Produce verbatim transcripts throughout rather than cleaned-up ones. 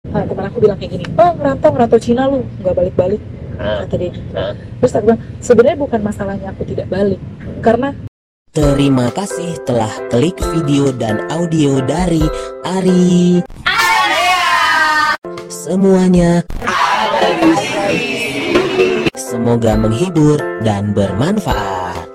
Nah, teman aku bilang kayak gini, oh ngerantau ngerantau Cina lu nggak balik-balik, Nah, kata dia gitu. nah. Terus aku bilang sebenarnya bukan masalahnya aku tidak balik, karena Terima kasih telah klik video dan audio dari Ari. Semuanya ada di sini. Semoga menghibur dan bermanfaat.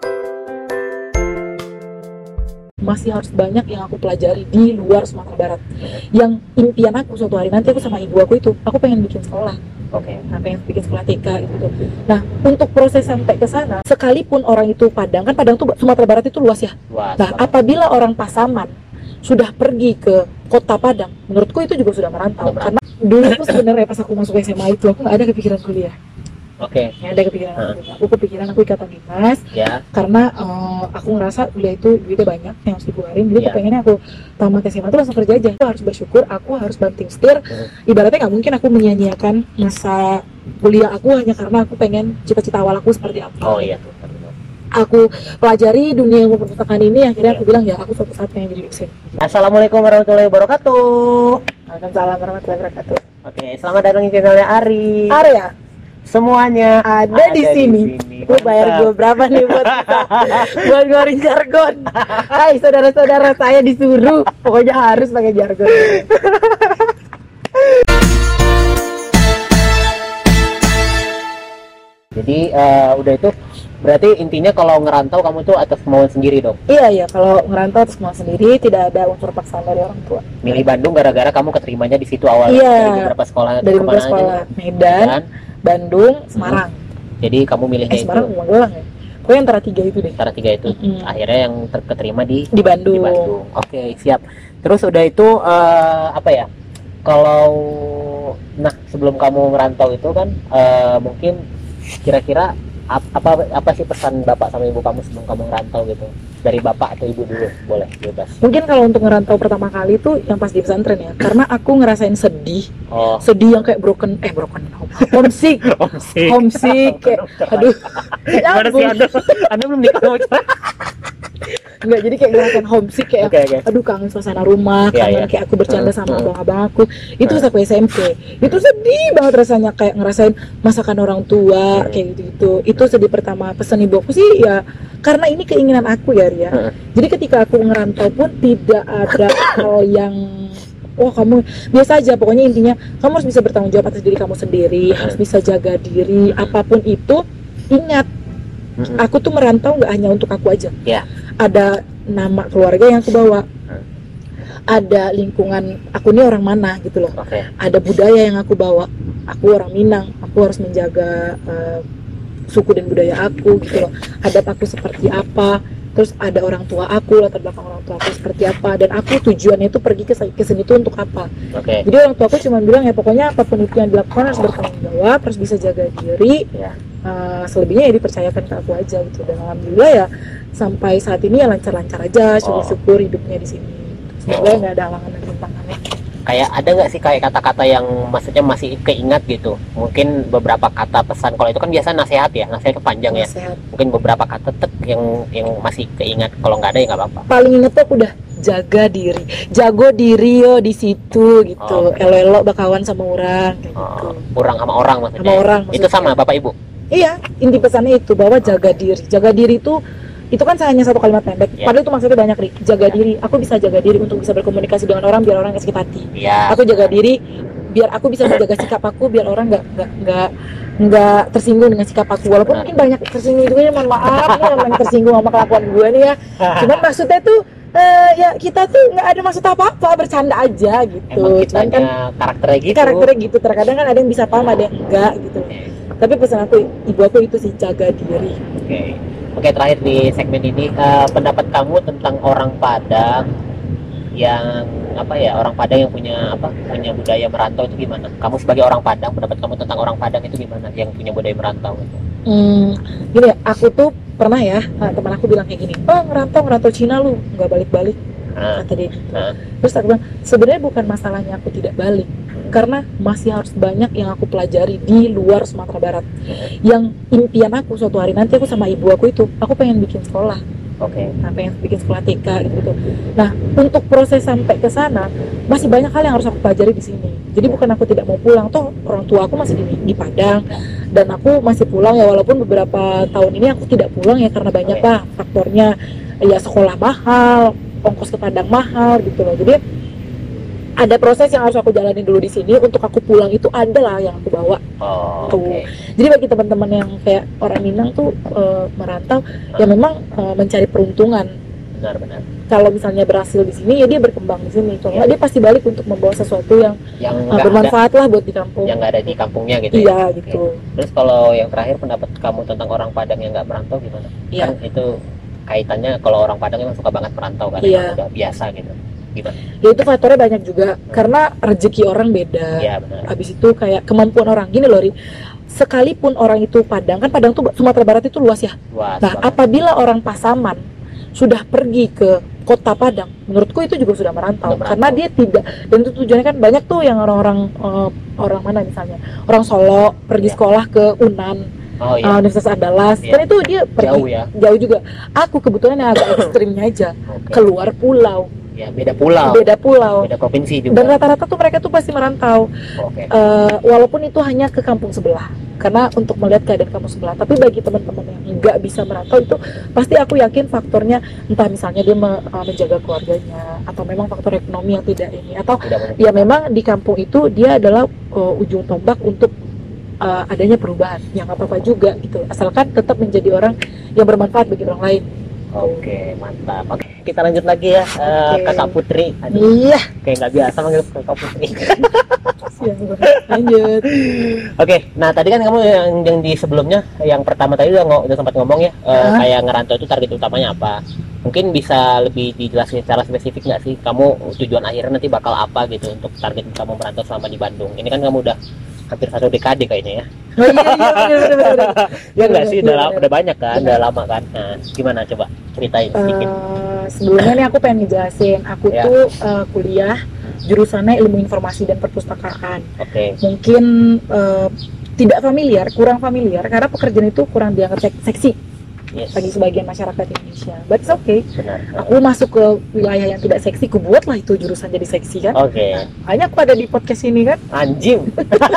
masih harus banyak yang aku pelajari di luar Sumatera Barat. Yang impian aku suatu hari nanti aku sama ibu aku itu, aku pengen bikin sekolah. Oke. Okay. Nah, pengen bikin sekolah T K gitu. Nah, untuk proses sampai ke sana, sekalipun orang itu Padang, kan Padang tuh Sumatera Barat itu luas ya. Luas. Nah, apabila orang Pasaman sudah pergi ke kota Padang, menurutku itu juga sudah merantau. Sudah Karena dulu tuh sebenarnya pas aku masuk S M A itu aku nggak ada kepikiran kuliah. Oke. Okay. Ada kepikiran uh. aku, aku kepikiran aku ikatan dinas. Ya. Karena uh, aku ngerasa kuliah itu duitnya banyak yang harus dikeluarin. Jadi ya. aku pengennya aku tamat S M A itu langsung kerja aja. Aku harus bersyukur, aku harus banting setir. Uh. Ibaratnya nggak mungkin aku menyia-nyiakan masa kuliah aku hanya karena aku pengen cita-cita awal aku seperti apa. Oh iya. Aku pelajari dunia ilmu perpustakaan ini, akhirnya aku bilang ya aku suatu saat pengen jadi dosen. Assalamualaikum warahmatullahi wabarakatuh. Waalaikumsalam warahmatullahi wabarakatuh. Oke, selamat datang di channelnya Ari. Ari ya? Semuanya ada, ada di sini. sini. Lu bayar gue berapa nih buat kita buat ngeluarin jargon? Hai saudara-saudara, saya disuruh pokoknya harus pakai jargon. Jadi uh, udah itu berarti intinya kalau ngerantau kamu tuh atas kemauan sendiri dong? Iya iya, kalau ngerantau atas kemauan sendiri, tidak ada unsur paksaan dari orang tua. Milih Bandung gara-gara kamu keterimanya di situ awal? Iya. Dari beberapa sekolah? Dari beberapa sekolah, Medan, Medan, Bandung, Semarang. Hmm. Jadi kamu milihnya eh, Semarang, itu? Magelang ya? Pokoknya antara tiga itu deh. Antara tiga itu. Mm-hmm. Akhirnya yang ter- keterima di di Bandung. Di Bandung. Oke, siap. Terus udah itu uh, apa ya? Kalau nah sebelum kamu ngerantau itu kan uh, mungkin kira-kira apa apa sih pesan bapak sama ibu kamu sebelum kamu ngerantau gitu? Dari bapak atau ibu dulu, boleh bebas. Mungkin kalau untuk ngerantau pertama kali itu yang pas di pesantren ya, karena aku ngerasain sedih, oh. sedih yang kayak broken, eh broken, homesick, homesick, homesick, kayak, aduh, gimana sih anda, anda belum nikah? Enggak, jadi kayak ngerasain homesick kayak, okay, okay. aduh kangen suasana rumah, yeah, kangen yeah. kayak aku bercanda uh, sama uh. abang-abang aku, itu uh. sampai S M P, itu sedih banget rasanya kayak ngerasain masakan orang tua, uh. kayak gitu-gitu, itu sedih pertama. Pesan ibu aku sih ya, karena ini keinginan aku ya Ria, uh. jadi ketika aku ngerantau pun tidak ada hal yang wah kamu biasa aja, pokoknya intinya kamu harus bisa bertanggung jawab atas diri kamu sendiri, uh. harus bisa jaga diri, apapun itu, ingat uh-uh. aku tuh merantau nggak hanya untuk aku aja, yeah. ada nama keluarga yang aku bawa, uh. ada lingkungan aku ini orang mana gitu loh, okay. ada budaya yang aku bawa, aku orang Minang, aku harus menjaga uh, suku dan budaya aku gitu loh, adat aku seperti apa, terus ada orang tua aku, latar belakang orang tua aku seperti apa, dan aku tujuannya itu pergi ke, ke sini itu untuk apa. Okay. Jadi orang tua aku cuma bilang ya pokoknya apapun itu yang dilakukan harus bertanggung jawab, harus bisa jaga diri, yeah. uh, selebihnya ya dipercayakan ke aku aja gitu. Dan alhamdulillah ya sampai saat ini ya lancar-lancar aja, syukur-syukur hidupnya di sini. Semoga nggak ada halangan dan rintangannya. Kayak ada nggak sih kayak kata-kata yang maksudnya masih keingat gitu? Mungkin beberapa kata pesan, kalau itu kan biasa nasihat ya, nasihat panjang nasihat. Ya. Mungkin beberapa kata tek yang yang masih keingat. Kalau nggak ada ya nggak apa-apa. Paling inget tuh aku udah jaga diri, jago diri yo di situ gitu. Oh, okay. Elo-elo bakawan sama orang kayak oh, gitu. Orang sama orang maksudnya. Sama orang. Maksudnya. Itu sama bapak ibu. Iya, inti pesannya itu bahwa jaga diri. Jaga diri itu itu kan hanya satu kalimat pendek, yeah. Padahal itu maksudnya banyak, Ri. Jaga yeah. diri, aku bisa jaga diri untuk bisa berkomunikasi dengan orang biar orang gak sakit hati. Yeah. Aku jaga diri biar aku bisa menjaga sikap aku biar orang nggak nggak nggak nggak tersinggung dengan sikap aku, walaupun mungkin banyak tersinggung juga ya, mohon maaf nih yang tersinggung sama kelakuan gue nih ya. Cuman maksudnya tuh uh, ya kita tuh nggak ada maksud apa-apa, bercanda aja gitu. Cuman kan karakternya gitu. Karakternya gitu. Terkadang kan ada yang bisa paham, ada yang enggak gitu. Okay. Tapi pesan aku, ibu aku itu sih, jaga diri. Oke. Okay. Oke, terakhir di segmen ini, uh, pendapat kamu tentang orang Padang yang apa ya, orang Padang yang punya apa punya budaya merantau itu gimana? Kamu sebagai orang Padang, pendapat kamu tentang orang Padang itu gimana yang punya budaya merantau itu? Hmm, gini ya, aku tuh pernah ya, teman aku bilang kayak gini, oh ngerantau ngerantau Cina lu nggak balik-balik, nah, kata dia gitu. Nah. Terus aku bilang sebenarnya bukan masalahnya aku tidak balik, karena masih harus banyak yang aku pelajari di luar Sumatera Barat. Yang impian aku suatu hari nanti aku sama ibu aku itu, aku pengen bikin sekolah. Oke. Nah, pengen bikin sekolah T K gitu. Nah, untuk proses sampai ke sana masih banyak hal yang harus aku pelajari di sini. Jadi bukan aku tidak mau pulang, toh orang tua aku masih di, di Padang dan aku masih pulang ya, walaupun beberapa tahun ini aku tidak pulang ya karena banyak Oke. lah faktornya, ya sekolah mahal, ongkos ke Padang mahal gitu loh. Jadi ada proses yang harus aku jalani dulu di sini untuk aku pulang itu adalah yang aku bawa. Oh, Tuh. oke. Jadi bagi teman-teman yang kayak orang Minang tuh e, merantau, ya memang e, mencari peruntungan. Benar-benar. Kalau misalnya berhasil di sini, ya dia berkembang di sini. Kalau nggak, dia pasti balik untuk membawa sesuatu yang, Yang e, nggak ada, bermanfaat lah buat di kampung. yang nggak ada di kampungnya gitu Iya ya. gitu. Oke. Terus kalau yang terakhir, pendapat kamu tentang orang Padang yang nggak merantau gimana? Iya. Kan itu kaitannya kalau orang Padang emang suka banget merantau kan, Iya. emang udah biasa gitu. Gimana? Ya itu faktornya banyak juga, karena rezeki orang beda. Iya benar. Habis itu kayak kemampuan orang. Gini loh, Ri, sekalipun orang itu Padang, kan Padang tuh Sumatera Barat itu luas ya. Luas Nah, banget. apabila orang Pasaman sudah pergi ke kota Padang, menurutku itu juga sudah merantau, Sudah merantau. karena dia tidak, dan itu tujuannya kan banyak tuh yang orang-orang eh, orang mana misalnya orang Solo pergi Iya. sekolah ke Unan, Oh eh, iya. Universitas Andalas, Iya. kan itu dia pergi Jauh ya. jauh juga. Aku kebetulan yang agak ekstrimnya aja, Oke. keluar pulau, Ya beda pulau. beda pulau, Beda provinsi juga. dan rata-rata tuh mereka tuh pasti merantau. Oke. Eh, walaupun itu hanya ke kampung sebelah, karena untuk melihat keadaan kampung sebelah. Tapi bagi teman-teman yang nggak bisa merantau itu, pasti aku yakin faktornya entah misalnya dia me- uh, menjaga keluarganya, atau memang faktor ekonomi yang tidak ini, atau Tidak boleh. ya memang di kampung itu dia adalah uh, ujung tombak untuk uh, adanya perubahan. Yang nggak apa-apa juga gitu, asalkan tetap menjadi orang yang bermanfaat bagi orang lain. Oke, mantap. Oke, kita lanjut lagi ya, eh, Oke. Kakak Putri. Aduh, Iya, kayak nggak biasa manggil Kakak Putri. siang banget. Lanjut. Oke, nah tadi kan kamu yang, yang di sebelumnya, yang pertama tadi udah, ngo- udah sempat ngomong ya, eh, Hah? kayak ngerantau itu target utamanya apa? Mungkin bisa lebih dijelasin secara spesifik nggak sih? Kamu tujuan akhirnya nanti bakal apa gitu untuk target kamu merantau selama di Bandung? Ini kan kamu udah hampir satu dekade kayaknya ya. Oh iya, iya, bener, bener, bener. Ya nggak sih, udah, Iya, la- bener. udah banyak kan, Bener. udah lama kan. Nah, gimana coba ceritain sedikit. Eh, sebelumnya nih aku pengen ngejelasin, aku Ya. tuh eh, kuliah jurusannya ilmu informasi dan perpustakaan. Oke, Mungkin eh, tidak familiar, kurang familiar karena pekerjaan itu kurang dianggap sek- seksi yes, bagi sebagian masyarakat Indonesia. But it's okay. benar. Aku masuk ke wilayah yang tidak seksi, ku buatlah itu jurusan jadi seksi kan. Oke, Banyak pada di podcast ini kan. anjing,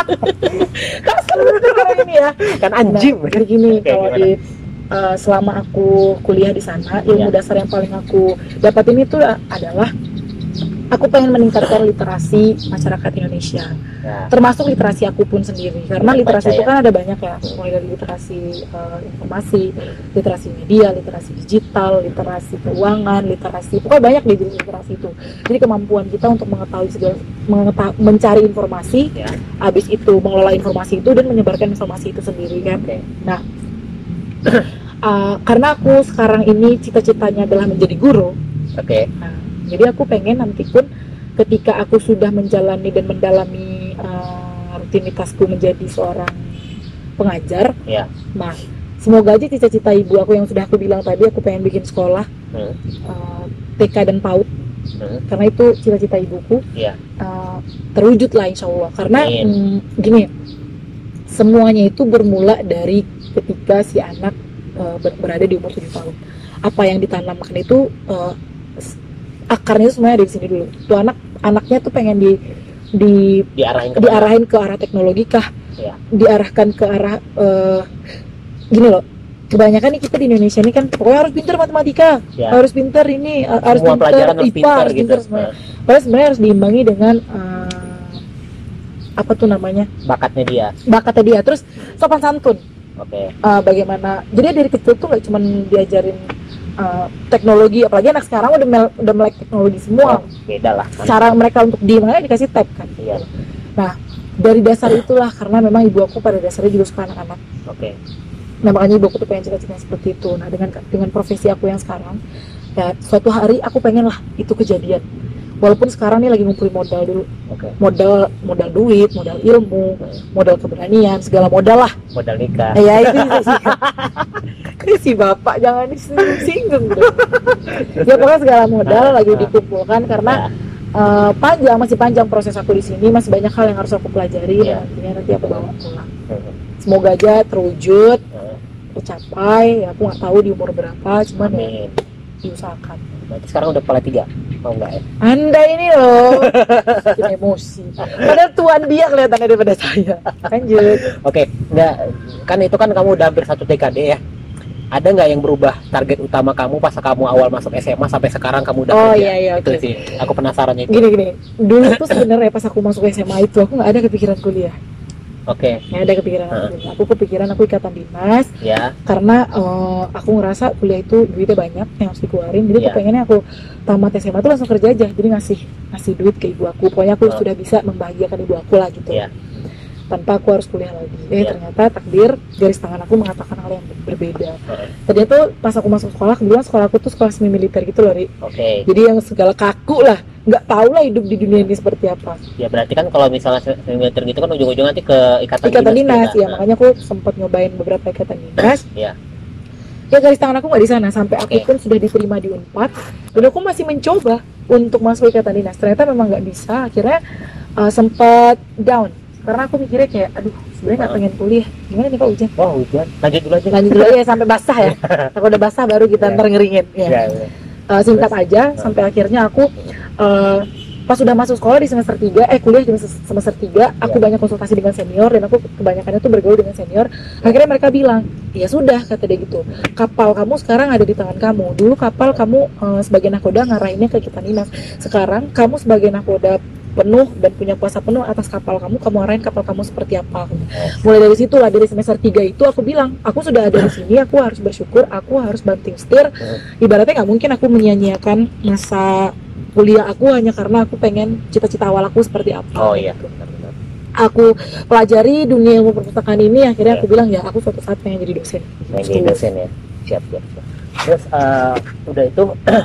Kasar bener orang ini ya. kan anjing. Nah, jadi gini, Oke, kalau gimana? di uh, selama aku kuliah di sana, ilmu Ya. dasar yang paling aku dapatin itu adalah aku pengen meningkatkan literasi masyarakat Indonesia, Nah, termasuk literasi aku pun sendiri, karena Baca literasi itu ya. kan ada banyak ya, mulai dari literasi uh, informasi, literasi media, literasi digital, literasi keuangan, literasi, pokoknya banyak deh jenis literasi itu. Jadi kemampuan kita untuk mengetahui segala, mengeta- mencari informasi, ya, habis itu mengelola informasi itu dan menyebarkan informasi itu sendiri kan. oke. Uh, karena aku sekarang ini cita-citanya adalah menjadi guru. Oke, Nah, jadi aku pengen nanti pun ketika aku sudah menjalani dan mendalami uh, rutinitasku menjadi seorang pengajar, ya. nah semoga aja cita-cita ibu aku yang sudah aku bilang tadi, aku pengen bikin sekolah Hmm. uh, T K dan PAUD, Hmm. karena itu cita-cita ibuku, Iya. uh, terwujud lah insya Allah. Karena Amin. mm, gini, semuanya itu bermula dari ketika si anak uh, ber- berada di umur tujuh tahun. Apa yang ditanamkan itu uh, s- akarnya semuanya dari sini dulu. Tuh anak anaknya tuh pengen di di Diarahin ke diarahin ke arah teknologi kah? Iya. Diarahkan ke arah uh, gini loh. Kebanyakan nih kita di Indonesia ini kan pokoknya harus pintar matematika, Ya. harus pintar ini, uh, harus Semua pintar pelajaran harus I P A, pintar harus gitu. pintar semuanya. Nah, Padahal sebenarnya harus diimbangi dengan uh, apa tuh namanya, bakatnya dia. bakatnya dia, terus sopan santun. Oke. Uh, bagaimana jadi dari kecil tuh nggak cuma diajarin uh, teknologi, apalagi anak sekarang udah mel- udah melek teknologi semua. Oh, beda lah. Cara mereka untuk diem aja dikasih tab kan. Iya. Nah, dari dasar itulah, karena memang ibu aku pada dasarnya juga suka anak-anak. Oke. Nah, makanya ibu aku tuh pengen cita-cita seperti itu. Nah, dengan dengan profesi aku yang sekarang, ya suatu hari aku pengen lah itu kejadian. Walaupun sekarang nih lagi ngumpulin modal dulu, Oke. modal modal duit, modal ilmu, modal keberanian, segala modal lah. Modal nikah. Eh, ya itu sih. Ini si bapak jangan disinggung gitu. Ya pokoknya segala modal lagi dikumpulkan karena Ya. eh, panjang, masih panjang proses aku di sini, masih banyak hal yang harus aku pelajari Ya. dan nantinya nanti aku bawa pulang. Hmm. Semoga aja terwujud, Hmm. tercapai. Ya aku nggak tahu di umur berapa, cuman ya Amin. diusahakan. Berarti sekarang udah kepala tiga. Oh enggak ya? Anda ini loh bikin emosi. Padahal tuan dia kelihatannya daripada saya. Lanjut. Oke, enggak, kan itu kan kamu udah hampir satu dekade ya. Ada nggak yang berubah target utama kamu pas kamu awal masuk S M A sampai sekarang kamu udah Oh kerja? iya iya Itu oke. sih, aku penasaran itu. Gini gini. Dulu tuh sebenarnya pas aku masuk S M A itu aku nggak ada kepikiran kuliah. Oke, Nggak ada kepikiran aku Heeh. kuliah. Aku kepikiran aku ikatan dinas ya. karena eh, aku ngerasa kuliah itu duitnya banyak yang harus dikeluarin. Jadi aku Iya. pengennya aku tamat S M A tuh langsung kerja aja. Jadi ngasih ngasih duit ke ibu aku. Pokoknya aku Oh. sudah bisa membahagiakan ibu aku lah gitu. Iya. Tanpa aku harus kuliah lagi. Eh Iya. ternyata takdir garis tangan aku mengatakan hal yang berbeda. Heeh. Tadi tuh pas aku masuk sekolah, kebetulan sekolah aku tuh sekolah semi militer gitu loh, Ri. Oke. Jadi yang segala kaku lah, nggak tahu lah hidup di dunia ini seperti apa. Ya berarti kan kalau misalnya militer gitu kan ujung-ujungnya nanti ke ikatan, Ikatan dinas, kita. ya makanya aku sempat nyobain beberapa ikatan dinas. Iya. Ya garis tangan aku nggak di sana sampai aku Oke. pun sudah diterima di Unpad dan aku masih mencoba untuk masuk ikatan dinas. Ternyata memang nggak bisa. Akhirnya uh, sempat down karena aku mikirnya kayak, aduh sebenarnya nggak Uh. pengen kuliah. Gimana nih Pak Ujan? Wah hujan. Lanjut dulu aja. Lanjut dulu ya sampai basah ya. Kalau udah basah baru kita Iya. ntar ngeringin. Ya. Ya, ya. Uh, singkat Terus? aja sampai akhirnya aku uh, pas sudah masuk sekolah di semester tiga, eh kuliah di semester tiga, aku Ya. banyak konsultasi dengan senior dan aku kebanyakannya tuh bergaul dengan senior. Akhirnya mereka bilang, ya sudah kata dia gitu, kapal kamu sekarang ada di tangan kamu. Dulu kapal kamu uh, sebagai nakoda ngarahinnya ke ikatan dinas. Sekarang kamu sebagai nakoda penuh dan punya kuasa penuh atas kapal kamu, kamu arahin kapal kamu seperti apa. Mulai dari situ lah, dari semester tiga itu aku bilang, aku sudah ada di sini, aku harus bersyukur, aku harus banting setir. Ibaratnya nggak mungkin aku menyia-nyiakan masa kuliah aku hanya karena aku pengen cita-cita awal aku seperti apa. Oh iya. gitu. Benar-benar. Aku pelajari dunia ilmu perpustakaan ini, akhirnya Iya. aku bilang ya aku suatu saat pengen jadi dosen. Yang jadi dosen ya. Siap, siap, siap. Terus eh, udah itu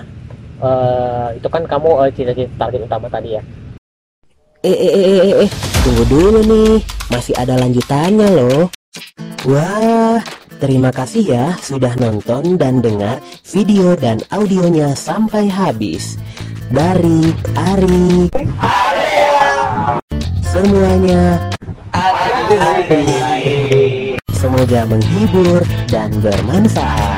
eh, itu kan kamu eh, cita-cita target utama tadi ya. Eh, eh, eh, eh, eh, tunggu dulu nih, masih ada lanjutannya loh. Wah, terima kasih ya sudah nonton dan dengar video dan audionya sampai habis. Dari Ari, semuanya semoga menghibur dan bermanfaat.